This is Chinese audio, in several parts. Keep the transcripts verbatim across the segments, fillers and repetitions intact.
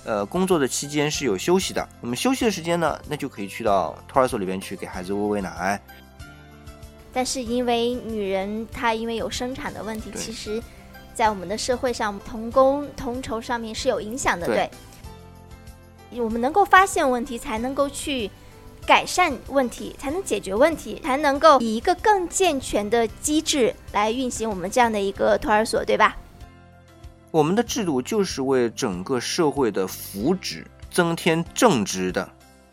呃，工作的期间是有休息的，那么休息的时间呢，那就可以去到托儿所里边去给孩子喂喂奶。 但是因为女人她因为有生产的问题，其实在我们的社会上同工同酬上面是有影响的。 对, 对，我们能够发现问题，才能够去改善问题，才能解决问题，才能够以一个更健全的机制来运行我们这样的一个托儿所，对吧？ 我们的制度就是为整个社会的福祉增添正直的。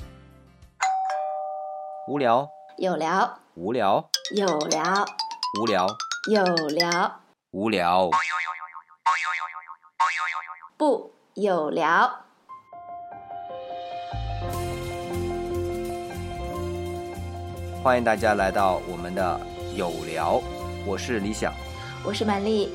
无聊有聊， 无聊有聊， 无聊有聊， 无聊不有聊。 欢迎大家来到我们的有聊，我是李想， 我是满丽。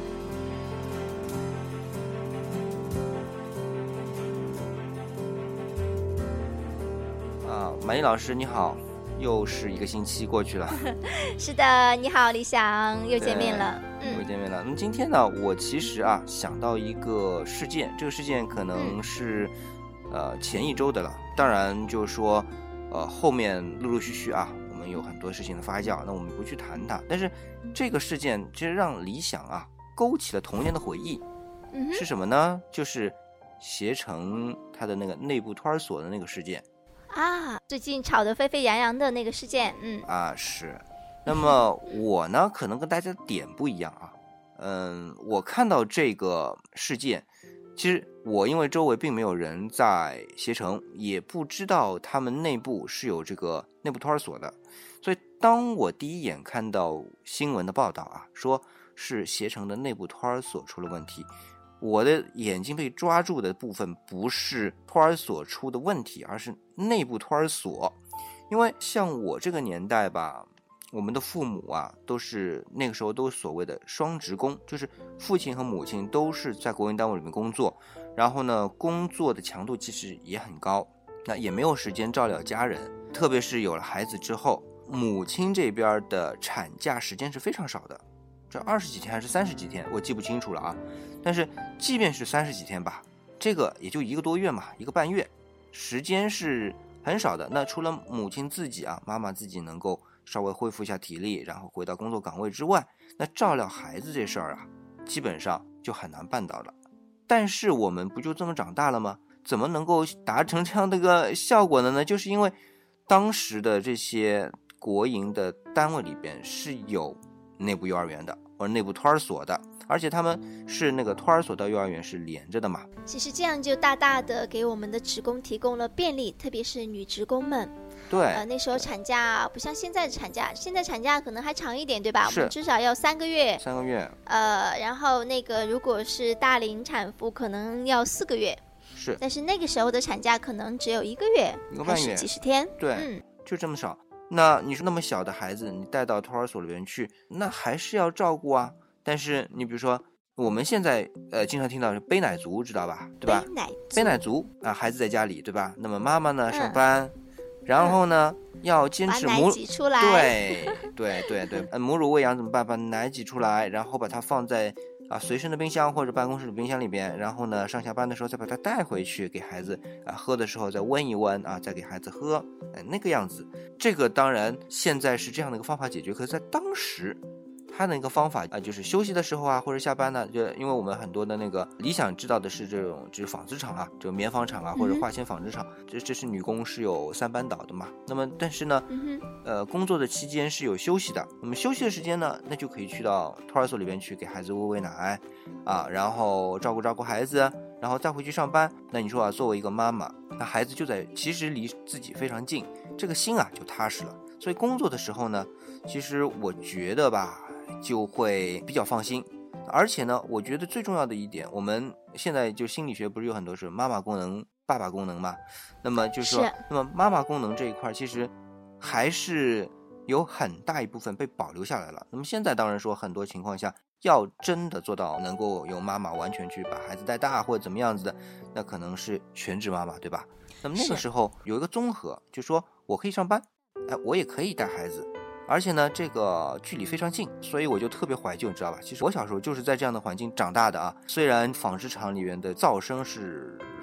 啊，满丽老师你好，又是一个星期过去了。 是的，你好李想，又见面了。 嗯，又见面了。那么今天呢，我其实啊想到一个事件，这个事件可能是、嗯、呃前一周的了。当然就是说呃后面陆陆续续啊，我们有很多事情的发酵，那我们不去谈它。但是这个事件其实让理想啊勾起了童年的回忆。 嗯， 是什么呢？就是携程它的那个内部托儿所的那个事件。 啊，最近吵得沸沸扬扬的那个事件。嗯啊是。那么我呢可能跟大家的点不一样啊。嗯，我看到这个事件，其实我因为周围并没有人在携程，也不知道他们内部是有这个内部托儿所的，所以当我第一眼看到新闻的报道啊，说是携程的内部托儿所出了问题，我的眼睛被抓住的部分不是托儿所出的问题，而是内部托儿所。因为像我这个年代吧，我们的父母啊都是那个时候都所谓的双职工，就是父亲和母亲都是在国营单位里面工作，然后呢工作的强度其实也很高，那也没有时间照料家人，特别是有了孩子之后，母亲这边的产假时间是非常少的，这二十几天还是三十几天我记不清楚了啊。但是即便是三十几天吧，这个也就一个多月嘛，一个半月，时间是很少的。那除了母亲自己啊，妈妈自己能够稍微恢复一下体力，然后回到工作岗位之外，那照料孩子这事儿啊，基本上就很难办到了。但是我们不就这么长大了吗？怎么能够达成这样的一个效果的呢？就是因为当时的这些国营的单位里边是有内部幼儿园的，或者内部托儿所的，而且他们是那个托儿所到幼儿园是连着的嘛。 其实这样就大大的给我们的职工提供了便利，特别是女职工们。 对， 呃，那时候产假不像现在的产假，现在产假可能还长一点，对吧？我们至少要三个月。 三个月。 呃，然后那个如果是大龄产妇，可能要四个月。 是。 但是那个时候的产假可能只有一个月， 一个半月， 还是几十天。 对， 嗯， 就这么少。那你说那么小的孩子，你带到托儿所里面去，那还是要照顾啊。但是你比如说，我们现在呃经常听到是背奶族，知道吧？对吧？ 背奶族， 背奶族啊，孩子在家里，对吧？那么妈妈呢上班。嗯，然后呢，嗯、要坚持母把奶挤出来， 对对对对，呃，母乳喂养怎么办？把奶挤出来，然后把它放在啊随身的冰箱或者办公室的冰箱里边，然后呢，上下班的时候再把它带回去给孩子啊喝的时候再温一温啊，再给孩子喝，哎，那个样子。这个当然现在是这样的一个方法解决，可是在当时。他的一个方法啊，就是休息的时候啊，或者下班呢，就因为我们很多的那个理想知道的是这种，就是纺织厂啊，就棉纺厂啊，或者化纤纺织厂，这、嗯、这是女工是有三班倒的嘛。那么但是呢， 嗯、 呃，工作的期间是有休息的。那么休息的时间呢，那就可以去到托儿所里边去给孩子喂喂奶啊，然后照顾照顾孩子，然后再回去上班。那你说啊，作为一个妈妈，那孩子就在其实离自己非常近，这个心啊就踏实了。所以工作的时候呢，其实我觉得吧。就会比较放心，而且呢，我觉得最重要的一点，我们现在就心理学不是有很多是妈妈功能、爸爸功能嘛？那么就是说， 是那么妈妈功能这一块其实还是有很大一部分被保留下来了。那么现在当然说很多情况下，要真的做到能够由妈妈完全去把孩子带大或者怎么样子的，那可能是全职妈妈，对吧？那么那个时候有一个综合，就说我可以上班，哎，我也可以带孩子。而且呢，这个距离非常近，所以我就特别怀旧，你知道吧？其实我小时候就是在这样的环境长大的啊。虽然纺织厂里面的噪声是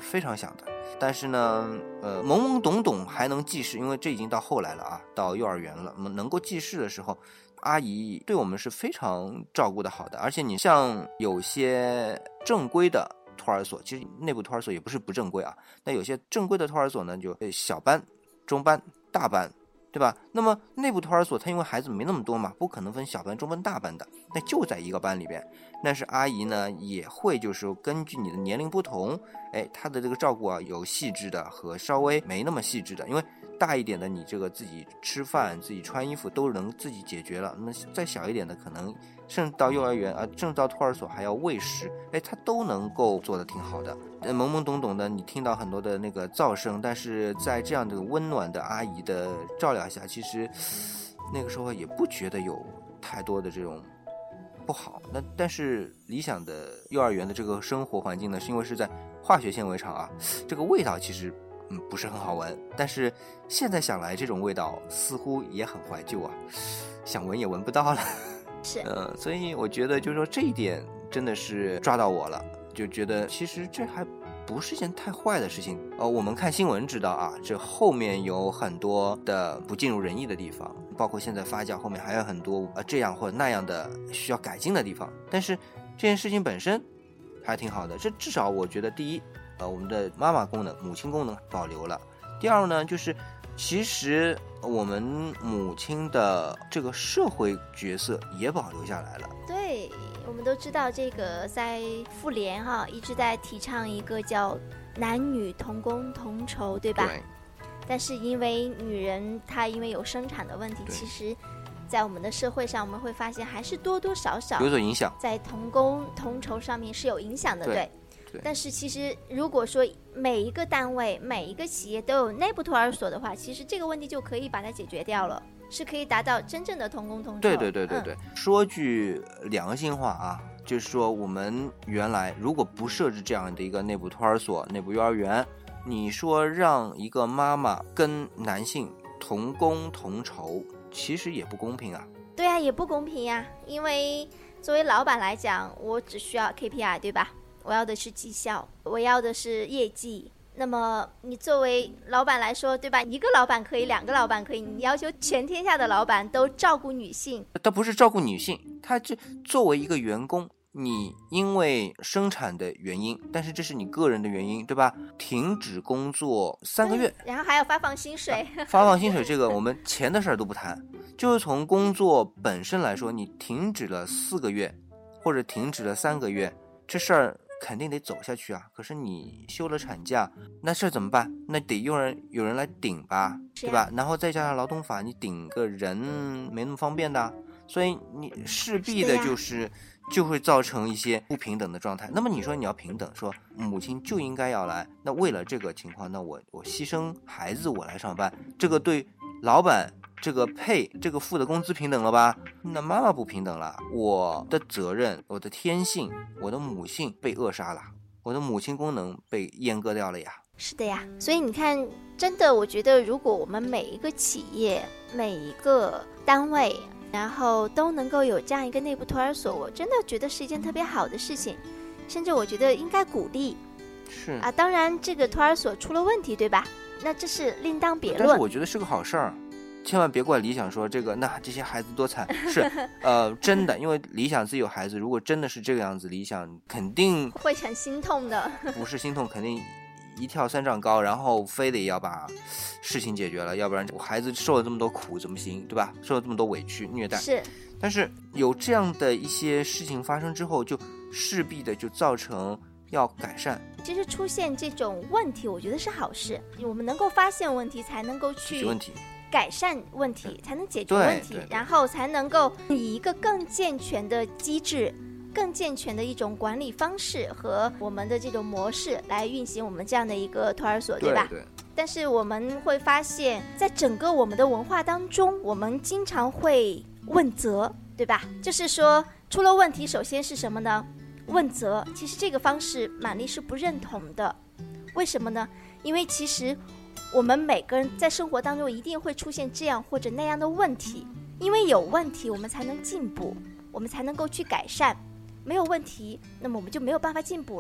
非常想的。但是呢，呃，懵懵懂懂还能记事，因为这已经到后来了啊，到幼儿园了，能够记事的时候，阿姨对我们是非常照顾的好的。而且你像有些正规的托儿所，其实内部托儿所也不是不正规啊，那有些正规的托儿所呢，就小班、中班、大班，对吧？那么内部托儿所它因为孩子没那么多嘛，不可能分小班、中班、大班的，那就在一个班里边。但是阿姨呢也会就是根据你的年龄不同，哎，她的这个照顾啊有细致的和稍微没那么细致的，因为大一点的你这个自己吃饭、自己穿衣服都能自己解决了，那么再小一点的可能甚至到幼儿园啊，甚至到托儿所还要喂食，哎，她都能够做得挺好的。懵懵懂懂的，你听到很多的那个噪声，但是在这样的温暖的阿姨的照料下，其实那个时候也不觉得有太多的这种不好。那但是理想的幼儿园的这个生活环境呢，是因为是在化学纤维厂啊，这个味道其实嗯不是很好闻，但是现在想来这种味道似乎也很怀旧啊，想闻也闻不到了。 是， 呃，所以我觉得就是说这一点真的是抓到我了。就觉得其实这还不是件太坏的事情。呃，我们看新闻知道啊，这后面有很多的不尽如人意的地方，包括现在发酵后面还有很多呃这样或者那样的需要改进的地方。但是这件事情本身还挺好的，这至少我觉得第一，呃，我们的妈妈功能、母亲功能保留了。第二呢，就是其实我们母亲的这个社会角色也保留下来了。 对。我们都知道这个在妇联哈、啊、一直在提倡一个叫男女同工同酬，对吧？ 对。 但是因为女人她因为有生产的问题，其实在我们的社会上我们会发现还是多多少少有所影响， 在同工同酬上面是有影响的。 对, 对, 对。但是其实如果说每一个单位每一个企业都有内部托儿所的话，其实这个问题就可以把它解决掉了，是可以达到真正的同工同酬。 对对对对对、嗯、说句良心话啊，就是说我们原来如果不设置这样的一个内部托儿所、内部幼儿园，你说让一个妈妈跟男性同工同酬，其实也不公平啊。 对啊，也不公平呀、啊，因为作为老板来讲，我只需要 K P I， 对吧？我要的是绩效，我要的是业绩。那么你作为老板来说，对吧？一个老板可以，两个老板可以，你要求全天下的老板都照顾女性， 他不是照顾女性，他这作为一个员工，你因为生产的原因，但是这是你个人的原因，对吧？停止工作三个月， 然后还要发放薪水。 发放薪水这个我们钱的事儿都不谈，就是从工作本身来说，你停止了四个月或者停止了三个月，这事儿肯定得走下去啊。可是你休了产假，那事儿怎么办？那得有人有人来顶吧，对吧？然后再加上劳动法，你顶个人没那么方便的，所以你势必的就是就会造成一些不平等的状态。那么你说你要平等，说母亲就应该要来，那为了这个情况，那我我牺牲孩子我来上班，这个对老板这个配这个付的工资平等了吧？那妈妈不平等了，我的责任、我的天性、我的母性被扼杀了，我的母亲功能被阉割掉了呀。 是的呀，所以你看，真的，我觉得如果我们每一个企业、每一个单位，然后都能够有这样一个内部托儿所，我真的觉得是一件特别好的事情，甚至我觉得应该鼓励。 是啊，当然这个托儿所出了问题，对吧？那这是另当别论。 但是我觉得是个好事儿。千万别怪理想说这个，那这些孩子多惨，是，呃，真的，因为理想自己有孩子，如果真的是这个样子，理想肯定会很心痛的。 不是心痛，肯定一跳三丈高，然后非得要把事情解决了，要不然我孩子受了这么多苦怎么行，对吧？受了这么多委屈虐待， 是。 但是有这样的一些事情发生之后，就势必的就造成要改善。 其实出现这种问题，我觉得是好事，我们能够发现问题，才能够去解决问题。 改善问题，才能解决问题，然后才能够以一个更健全的机制、更健全的一种管理方式和我们的这种模式来运行我们这样的一个托儿所， 对, 对吧？ 对。 但是我们会发现，在整个我们的文化当中，我们经常会问责，对吧？就是说出了问题，首先是什么呢？问责。其实这个方式满丽是不认同的。为什么呢？因为其实我们每个人在生活当中一定会出现这样或者那样的问题，因为有问题我们才能进步，我们才能够去改善，没有问题那么我们就没有办法进步了。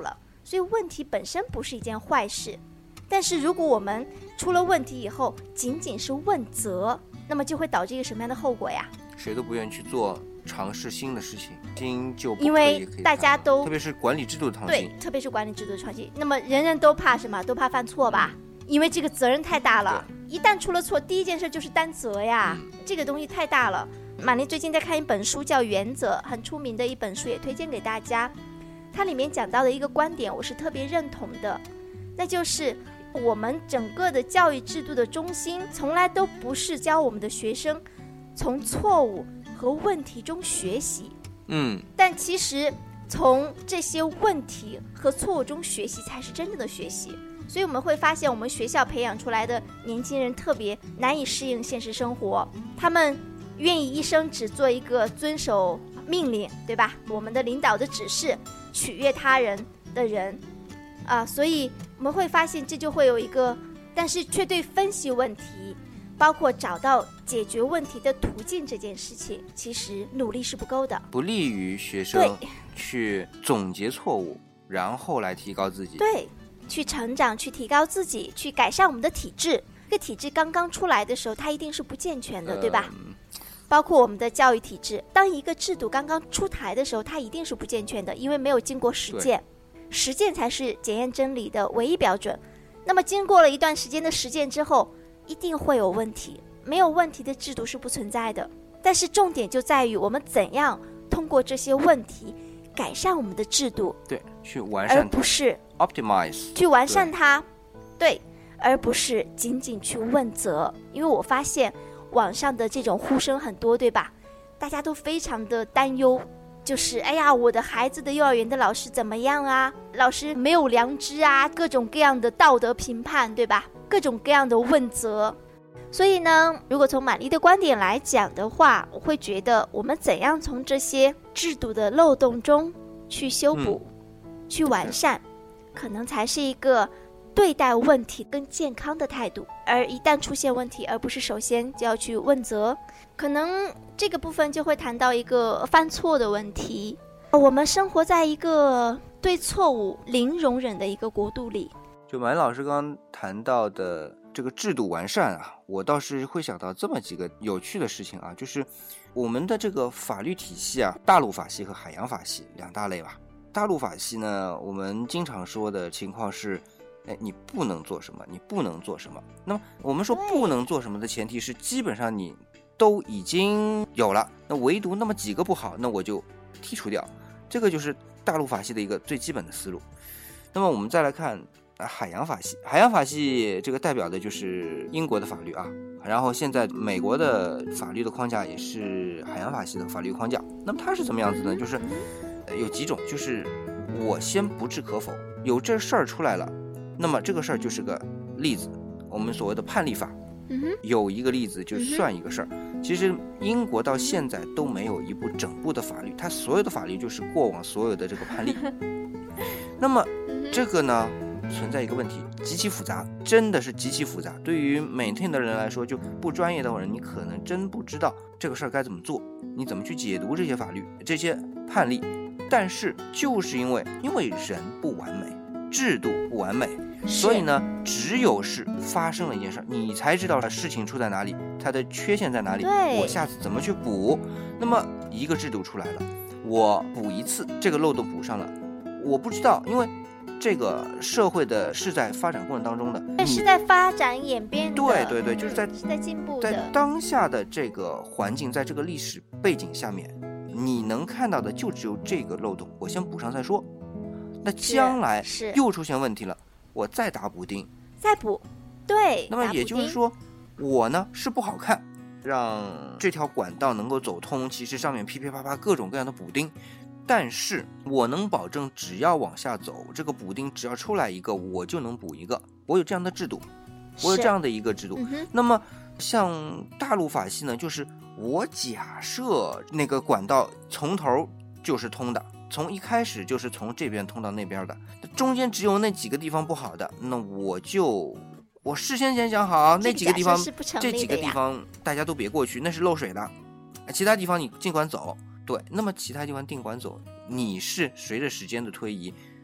所以问题本身不是一件坏事。但是如果我们出了问题以后仅仅是问责，那么就会导致一个什么样的后果呀？ 谁都不愿意去做尝试新的事情，新就不可以， 因为大家都特别是管理制度的创新， 对， 特别是管理制度的创新，那么人人都怕什么？都怕犯错吧？因为这个责任太大了，一旦出了错，第一件事就是担责呀、嗯、这个东西太大了。玛丽最近在看一本书叫《原则》，很出名的一本书，也推荐给大家。它里面讲到的一个观点我是特别认同的，那就是我们整个的教育制度的中心从来都不是教我们的学生从错误和问题中学习， 嗯， 但其实从这些问题和错误中学习才是真正的学习。所以我们会发现我们学校培养出来的年轻人特别难以适应现实生活，他们愿意一生只做一个遵守命令，对吧？我们的领导的指示，取悦他人的人啊，所以我们会发现这就会有一个，但是却对分析问题包括找到解决问题的途径这件事情其实努力是不够的， 不利于学生去总结错误然后来提高自己， 对，去成长，去提高自己，去改善我们的体制。这个体制刚刚出来的时候它一定是不健全的、呃、对吧？包括我们的教育体制，当一个制度刚刚出台的时候它一定是不健全的，因为没有经过实践，实践才是检验真理的唯一标准。那么经过了一段时间的实践之后一定会有问题，没有问题的制度是不存在的。但是重点就在于我们怎样通过这些问题改善我们的制度， 对，去完善它， 而不是 optimize 去完善它， 对, 对，而不是仅仅去问责。因为我发现网上的这种呼声很多，对吧？大家都非常的担忧，就是哎呀，我的孩子的幼儿园的老师怎么样啊？老师没有良知啊，各种各样的道德评判，对吧？各种各样的问责。所以呢，如果从玛丽的观点来讲的话，我会觉得我们怎样从这些制度的漏洞中去修补、嗯、去完善，可能才是一个对待问题更健康的态度。而一旦出现问题，而不是首先就要去问责，可能这个部分就会谈到一个犯错的问题。我们生活在一个对错误零容忍的一个国度里。 就马老师刚刚谈到的这个制度完善啊，我倒是会想到这么几个有趣的事情啊，就是我们的这个法律体系啊，大陆法系和海洋法系两大类吧。大陆法系呢，我们经常说的情况是，哎，你不能做什么，你不能做什么。那么我们说不能做什么的前提是，基本上你都已经有了，那唯独那么几个不好，那我就剔除掉。这个就是大陆法系的一个最基本的思路。那么我们再来看海洋法系，海洋法系这个代表的就是英国的法律啊，然后现在美国的法律的框架也是海洋法系的法律框架。那么它是怎么样子呢？就是、呃、有几种，就是我先不置可否，有这事儿出来了，那么这个事儿就是个例子，我们所谓的判例法，有一个例子就算一个事儿。其实英国到现在都没有一部整部的法律，它所有的法律就是过往所有的这个判例。那么这个呢存在一个问题，极其复杂，真的是极其复杂。对于每天的人来说，就不专业的人，你可能真不知道这个事儿该怎么做，你怎么去解读这些法律、这些判例。但是就是因为因为人不完美，制度不完美，所以呢，只有是发生了一件事，你才知道事情出在哪里，它的缺陷在哪里，我下次怎么去补。那么一个制度出来了，我补一次，这个漏洞补上了，我不知道，因为这个社会的是在发展过程当中的， 是在发展演变的， 对对对，就是在是在进步的， 在当下的这个环境，在这个历史背景下面，你能看到的就只有这个漏洞，我先补上再说。那将来又出现问题了，我再打补丁， 再补，对。 那么也就是说，我呢是不好看，让这条管道能够走通，其实上面噼噼啪啪各种各样的补丁。但是我能保证只要往下走，这个补丁只要出来一个我就能补一个，我有这样的制度，我有这样的一个制度、嗯、那么像大陆法系呢，就是我假设那个管道从头就是通的，从一开始就是从这边通到那边的，中间只有那几个地方不好的，那我就我事先先讲好那几个地方，这几个地方大家都别过去，那是漏水的，其他地方你尽管走。对，那么其他地方尽管走，你是随着时间的推移，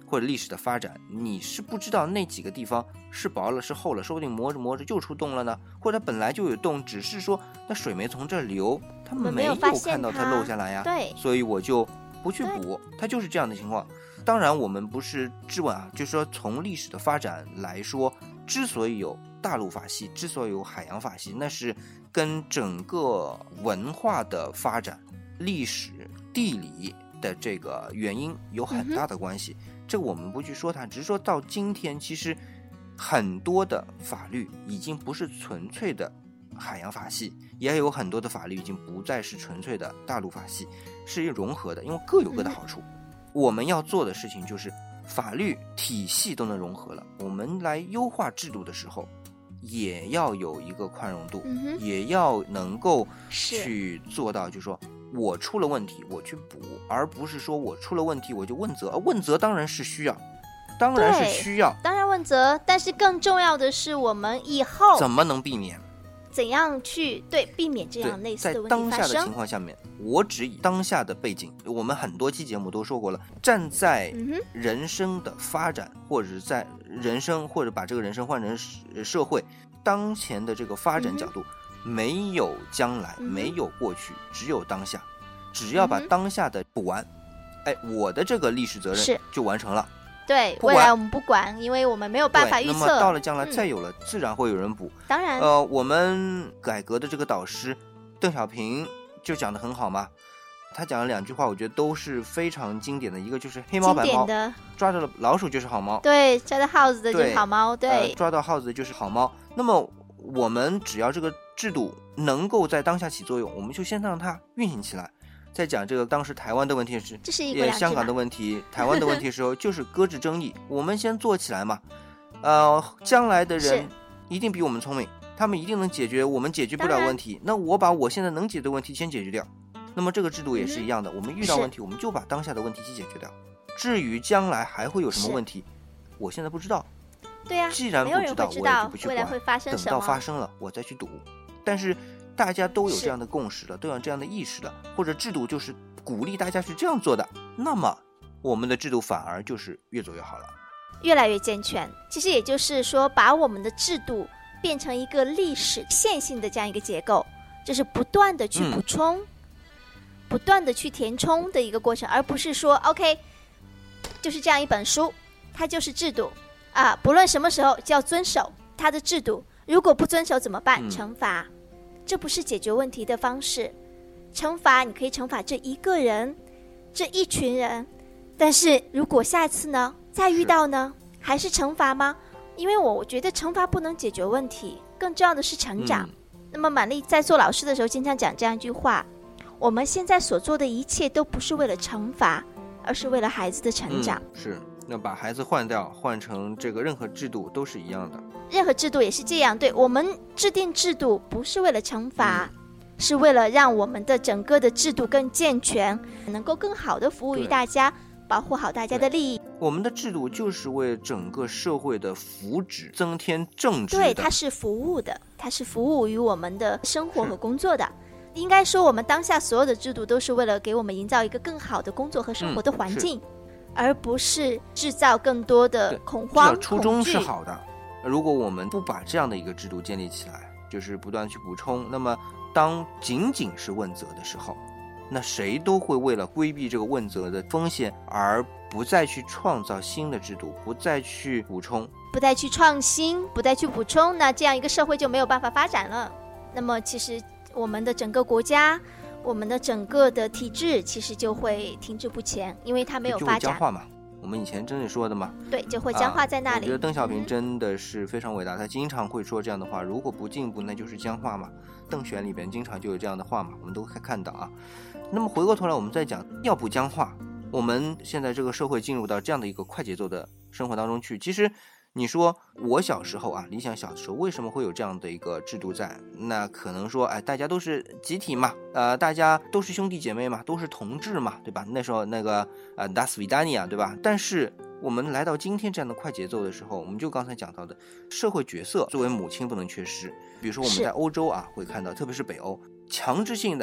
或者历史的发展，你是不知道那几个地方是薄了是厚了，说不定磨着磨着就出洞了呢，或者它本来就有洞，只是说那水没从这流，他们没有看到它漏下来呀， 对， 所以我就不去补，它就是这样的情况。当然我们不是质问啊，就是说从历史的发展来说，之所以有大陆法系，之所以有海洋法系，那是跟整个文化的发展、历史、地理的这个原因有很大的关系、嗯、这个我们不去说它，只是说到今天其实很多的法律已经不是纯粹的海洋法系，也有很多的法律已经不再是纯粹的大陆法系，是融合的，因为各有各的好处、嗯、我们要做的事情就是法律体系都能融合了，我们来优化制度的时候也要有一个宽容度、嗯、也要能够去做到就是说我出了问题我去补，而不是说我出了问题我就问责。问责当然是需要，当然是需要， 当然问责，但是更重要的是我们以后怎么能避免， 怎样去对避免这样类似的问题发生。 在当下的情况下面，我只以当下的背景，我们很多期节目都说过了，站在人生的发展、嗯、或者是在人生，或者把这个人生换成社会当前的这个发展角度、嗯、没有将来、嗯、没有过去，只有当下，只要把当下的补完、嗯、哎，我的这个历史责任就完成了。 对，未来我们不管，因为我们没有办法预测。 那么到了将来再有了、嗯、自然会有人补。 当然呃，我们改革的这个导师邓小平就讲得很好嘛，他讲了两句话我觉得都是非常经典的，一个就是黑猫白猫的，抓着了老鼠就是好猫， 对，抓到耗子的就是好猫， 对, 对、呃、 抓到耗子的就是好猫。那么我们只要这个制度能够在当下起作用，我们就先让它运行起来。在讲这个当时台湾的问题时， 这是一个香港的问题台湾的问题的时候就是搁置争议我们先做起来嘛，呃，将来的人一定比我们聪明，他们一定能解决我们解决不了问题，那我把我现在能解决的问题先解决掉。那么这个制度也是一样的、嗯、我们遇到问题我们就把当下的问题去解决掉，至于将来还会有什么问题我现在不知道。 对啊， 既然不知道我也就不去管， 未来会发生什么， 等到发生了我再去赌。但是大家都有这样的共识了，都有这样的意识了，或者制度就是鼓励大家去这样做的，那么我们的制度反而就是越做越好了， 越来越健全。其实也就是说把我们的制度变成一个历史线性的这样一个结构，就是不断的去补充、嗯、不断的去填充的一个过程，而不是说 OK 就是这样一本书，它就是制度啊，不论什么时候就要遵守它的制度，如果不遵守怎么办？ 嗯、 惩罚，这不是解决问题的方式。惩罚你可以惩罚这一个人这一群人，但是如果下一次呢再遇到呢还是惩罚吗？因为我觉得惩罚不能解决问题，更重要的是成长、嗯、那么满丽在做老师的时候经常讲这样一句话，我们现在所做的一切都不是为了惩罚，而是为了孩子的成长、 嗯、是，那把孩子换掉，换成这个任何制度都是一样的， 任何制度也是这样。对，我们制定制度不是为了惩罚、嗯，是为了让我们的整个的制度更健全，能够更好的服务于大家，保护好大家的利益。 我们的制度就是为整个社会的福祉增添正直的， 对，它是服务的，它是服务于我们的生活和工作的。应该说我们当下所有的制度都是为了给我们营造一个更好的工作和生活的环境、嗯、而不是制造更多的恐慌恐惧。 初衷是好的，如果我们不把这样的一个制度建立起来，就是不断去补充，那么当仅仅是问责的时候，那谁都会为了规避这个问责的风险而不再去创造新的制度，不再去补充， 不再去创新，不再去补充，那这样一个社会就没有办法发展了。那么其实我们的整个国家，我们的整个的体制其实就会停滞不前，因为它没有发展，就会僵化嘛。我们以前真是说的嘛， 对，就会僵化在那里、啊、 我觉得邓小平真的是非常伟大、嗯、他经常会说这样的话，如果不进步那就是僵化嘛。邓选里边经常就有这样的话嘛，我们都可以看到啊。那么回过头来我们再讲，要不僵化，我们现在这个社会进入到这样的一个快节奏的生活当中去，其实你说我小时候啊，理想小的时候为什么会有这样的一个制度在？那可能说，哎，大家都是集体嘛，呃，大家都是兄弟姐妹嘛，都是同志嘛，对吧？那时候那个呃 Das Vidania， 对吧？但是我们来到今天这样的快节奏的时候，我们就刚才讲到的社会角色，作为母亲不能缺失。比如说我们在欧洲啊会看到，特别是北欧，强制性的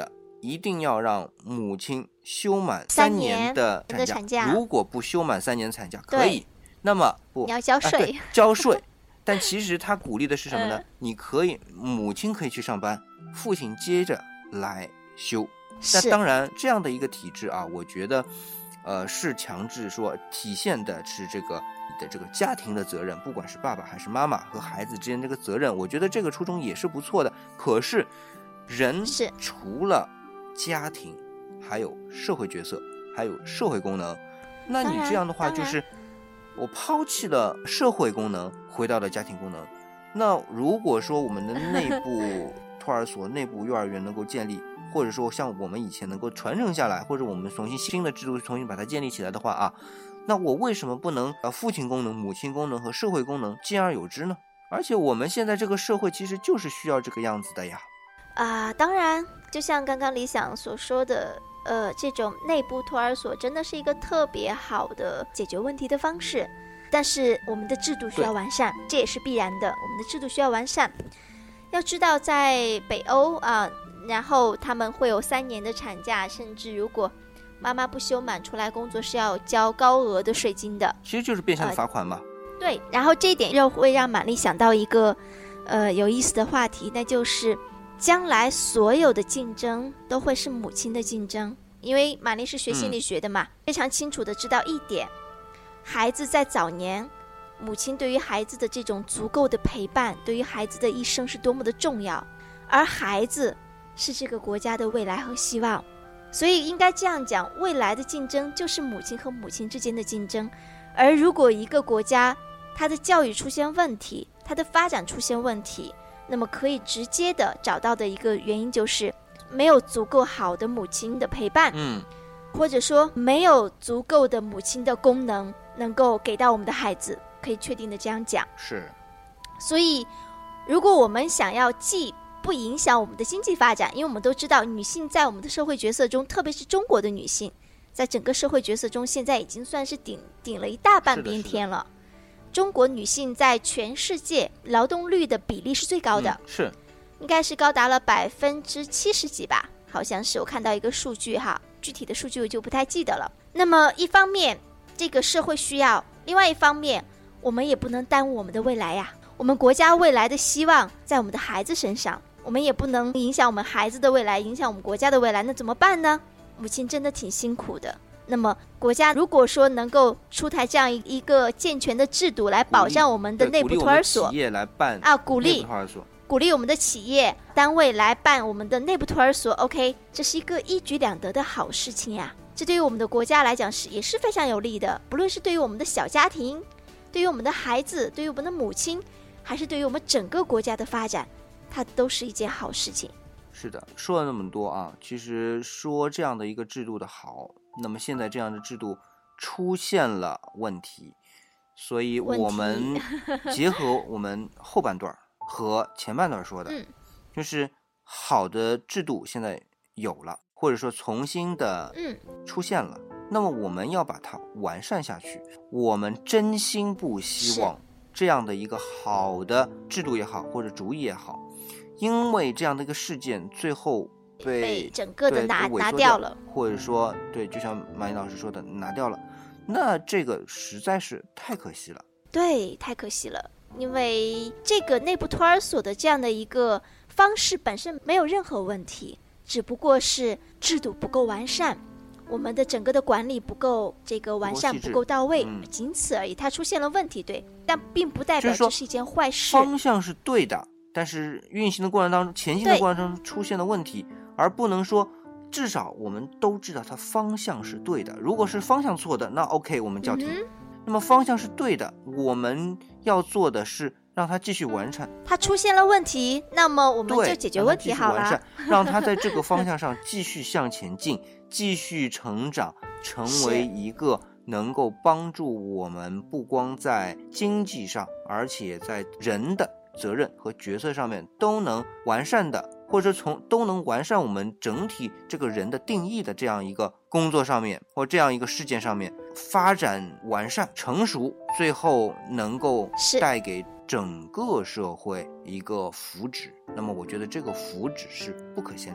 一定要让母亲休满三年的产 假, 产假如果不休满三年产假可以，那么不你要交税、 啊、交税但其实他鼓励的是什么呢、呃、你可以母亲可以去上班，父亲接着来休。那当然这样的一个体制啊，我觉得呃是强制说体现的是这个你的这个家庭的责任，不管是爸爸还是妈妈和孩子之间这个责任，我觉得这个初衷也是不错的。可是人是除了家庭还有社会角色还有社会功能，那你这样的话就是我抛弃了社会功能回到了家庭功能。那如果说我们的内部托儿所内部幼儿园能够建立，或者说像我们以前能够传承下来，或者我们重新新的制度重新把它建立起来的话啊，那我为什么不能把父亲功能母亲功能和社会功能兼而有之呢？而且我们现在这个社会其实就是需要这个样子的呀。 啊、呃，当然就像刚刚理想所说的呃，这种内部托儿所真的是一个特别好的解决问题的方式，但是我们的制度需要完善，这也是必然的，我们的制度需要完善。要知道在北欧啊，然后他们会有三年的产假，甚至如果妈妈不休满出来工作是要交高额的税金的， 其实就是变相的罚款嘛、 呃、对。然后这一点又会让玛丽想到一个呃有意思的话题，那就是将来所有的竞争都会是母亲的竞争，因为玛丽是学心理学的嘛、嗯、非常清楚的知道一点，孩子在早年母亲对于孩子的这种足够的陪伴，对于孩子的一生是多么的重要，而孩子是这个国家的未来和希望。所以应该这样讲，未来的竞争就是母亲和母亲之间的竞争。而如果一个国家它的教育出现问题，它的发展出现问题，那么可以直接的找到的一个原因就是没有足够好的母亲的陪伴， 嗯， 或者说没有足够的母亲的功能能够给到我们的孩子，可以确定的这样讲。 是， 所以如果我们想要既不影响我们的经济发展，因为我们都知道女性在我们的社会角色中，特别是中国的女性在整个社会角色中现在已经算是顶顶了一大半边天了。中国女性在全世界劳动率的比例是最高的、嗯、 是应该是高达了百分之七十几吧，好像是我看到一个数据哈，具体的数据我就不太记得了。那么一方面这个社会需要，另外一方面我们也不能耽误我们的未来呀，我们国家未来的希望在我们的孩子身上，我们也不能影响我们孩子的未来，影响我们国家的未来，那怎么办呢？母亲真的挺辛苦的。那么国家如果说能够出台这样一个健全的制度来保障我们的内部托儿所， 鼓励我们的企业来办啊，鼓励托儿所， 鼓励我们的企业单位来办我们的内部托儿所 OK， 这是一个一举两得的好事情呀。这对于我们的国家来讲是也是非常有利的，不论是对于我们的小家庭，对于我们的孩子，对于我们的母亲，还是对于我们整个国家的发展，它都是一件好事情。 是的，说了那么多啊，其实说这样的一个制度的好，那么现在这样的制度出现了问题，所以我们结合我们后半段和前半段说的、嗯、就是好的制度现在有了，或者说重新的出现了、嗯、那么我们要把它完善下去。我们真心不希望这样的一个好的制度也好，或者主意也好，因为这样的一个事件最后被, 被整个的 拿, 拿掉了， 或者说对，就像马云老师说的拿掉了，那这个实在是太可惜了。 对，太可惜了。因为这个内部托儿所的这样的一个方式本身没有任何问题，只不过是制度不够完善，我们的整个的管理不够这个完善，不够到位、嗯、仅此而已。它出现了问题，对，但并不代表这是一件坏事。 就是、方向是对的，但是运行的过程当中，前进的过程当中出现了问题，而不能说至少我们都知道它方向是对的。如果是方向错的，那 OK 我们叫停、嗯、那么方向是对的，我们要做的是让它继续完善。 它出现了问题，那么我们就解决问题好了， 让它继续完善，让它在这个方向上继续向前进继续成长，成为一个能够帮助我们不光在经济上，而且在人的责任和角色上面都能完善的，或者从都能完善我们整体这个人的定义的这样一个工作上面，或这样一个事件上面发展完善成熟，最后能够带给整个社会一个福祉。那么我觉得这个福祉是不可限量的。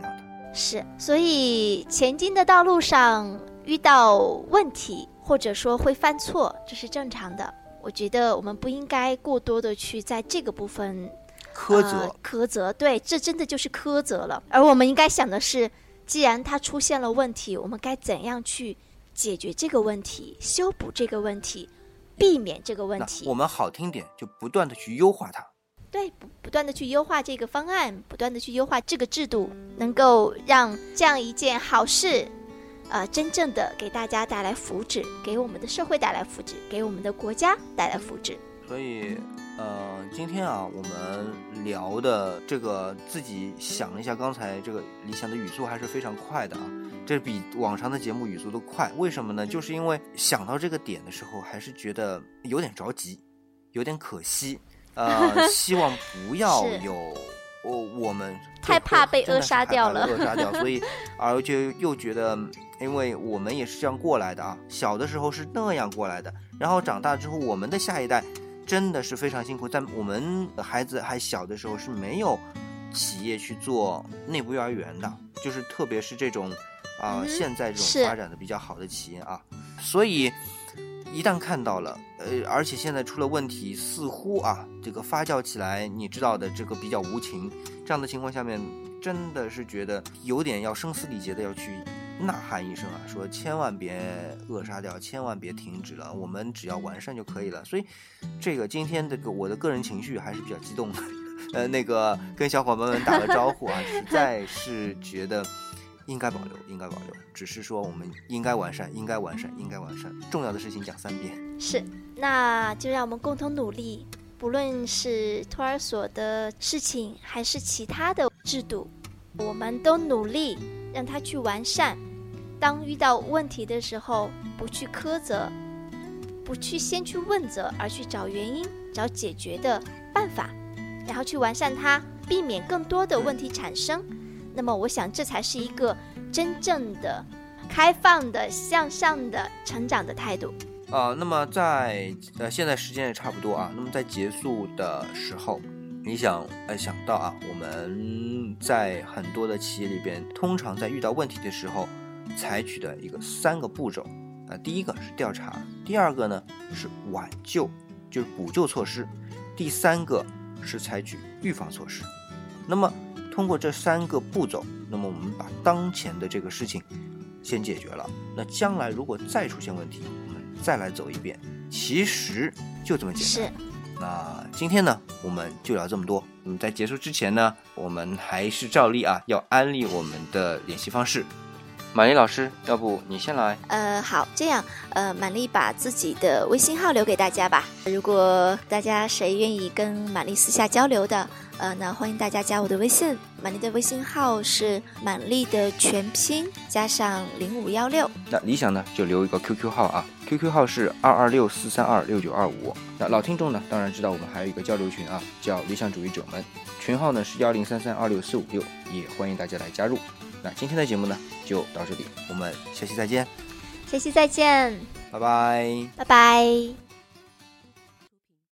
是，所以前进的道路上遇到问题，或者说会犯错，这是正常的。我觉得我们不应该过多的去在这个部分苛责、 呃、苛责，对，这真的就是苛责了。而我们应该想的是，既然它出现了问题，我们该怎样去解决这个问题，修补这个问题，避免这个问题。 我们好听点，就不断的去优化它。 对，不不断的去优化这个方案，不断的去优化这个制度，能够让这样一件好事呃，真正的给大家带来福祉，给我们的社会带来福祉，给我们的国家带来福祉。 所以呃，今天啊，我们聊的这个，自己想了一下，刚才这个理想的语速还是非常快的啊，这比往常的节目语速都快。为什么呢？就是因为想到这个点的时候，还是觉得有点着急，有点可惜。呃，希望不要有我、哦、我们太怕被扼杀掉了， 扼杀掉，所以而且又觉得，因为我们也是这样过来的啊，小的时候是那样过来的，然后长大之后，我们的下一代真的是非常辛苦，在我们孩子还小的时候是没有企业去做内部幼儿园的，就是特别是这种啊、呃嗯、现在这种发展的比较好的企业啊，所以。一旦看到了，呃，而且现在出了问题，似乎啊，这个发酵起来，你知道的，这个比较无情，这样的情况下面，真的是觉得有点要声嘶力竭的要去呐喊一声啊，说千万别扼杀掉，千万别停止了，我们只要完善就可以了。所以，这个今天这个我的个人情绪还是比较激动的，呃，那个跟小伙伴们打个招呼啊，实在是觉得。应该保留，应该保留，只是说我们应该完善，应该完善，应该完善。重要的事情讲三遍。 是，那就让我们共同努力，不论是托儿所的事情，还是其他的制度，我们都努力让它去完善。当遇到问题的时候，不去苛责，不去先去问责，而去找原因，找解决的办法，然后去完善它，避免更多的问题产生。那么我想这才是一个真正的开放的向上的成长的态度啊、呃。那么在呃现在时间也差不多啊，那么在结束的时候，你想呃想到啊，我们在很多的企业里边，通常在遇到问题的时候采取的一个三个步骤啊、呃，第一个是调查，第二个呢是挽救，就是补救措施，第三个是采取预防措施。那么通过这三个步骤，那么我们把当前的这个事情先解决了，那将来如果再出现问题，我们再来走一遍，其实就这么简单。那今天呢，我们就聊这么多。嗯，在结束之前呢，我们还是照例啊，要安利我们的联系方式。玛丽老师，要不你先来？ 呃，好，这样，呃，玛丽把自己的微信号留给大家吧。如果大家谁愿意跟玛丽私下交流的，呃，那欢迎大家加我的微信。玛丽的微信号是玛丽的全拼加上零五幺六。 那理想呢，就留一个 Q Q 号啊 ，Q Q 号是二二六四三二六九二五。那老听众呢，当然知道我们还有一个交流群啊，叫理想主义者们，群号呢是幺零三三二六四五六，也欢迎大家来加入。那今天的节目呢就到这里，我们下期再见。 下期再见， 拜拜， 拜拜。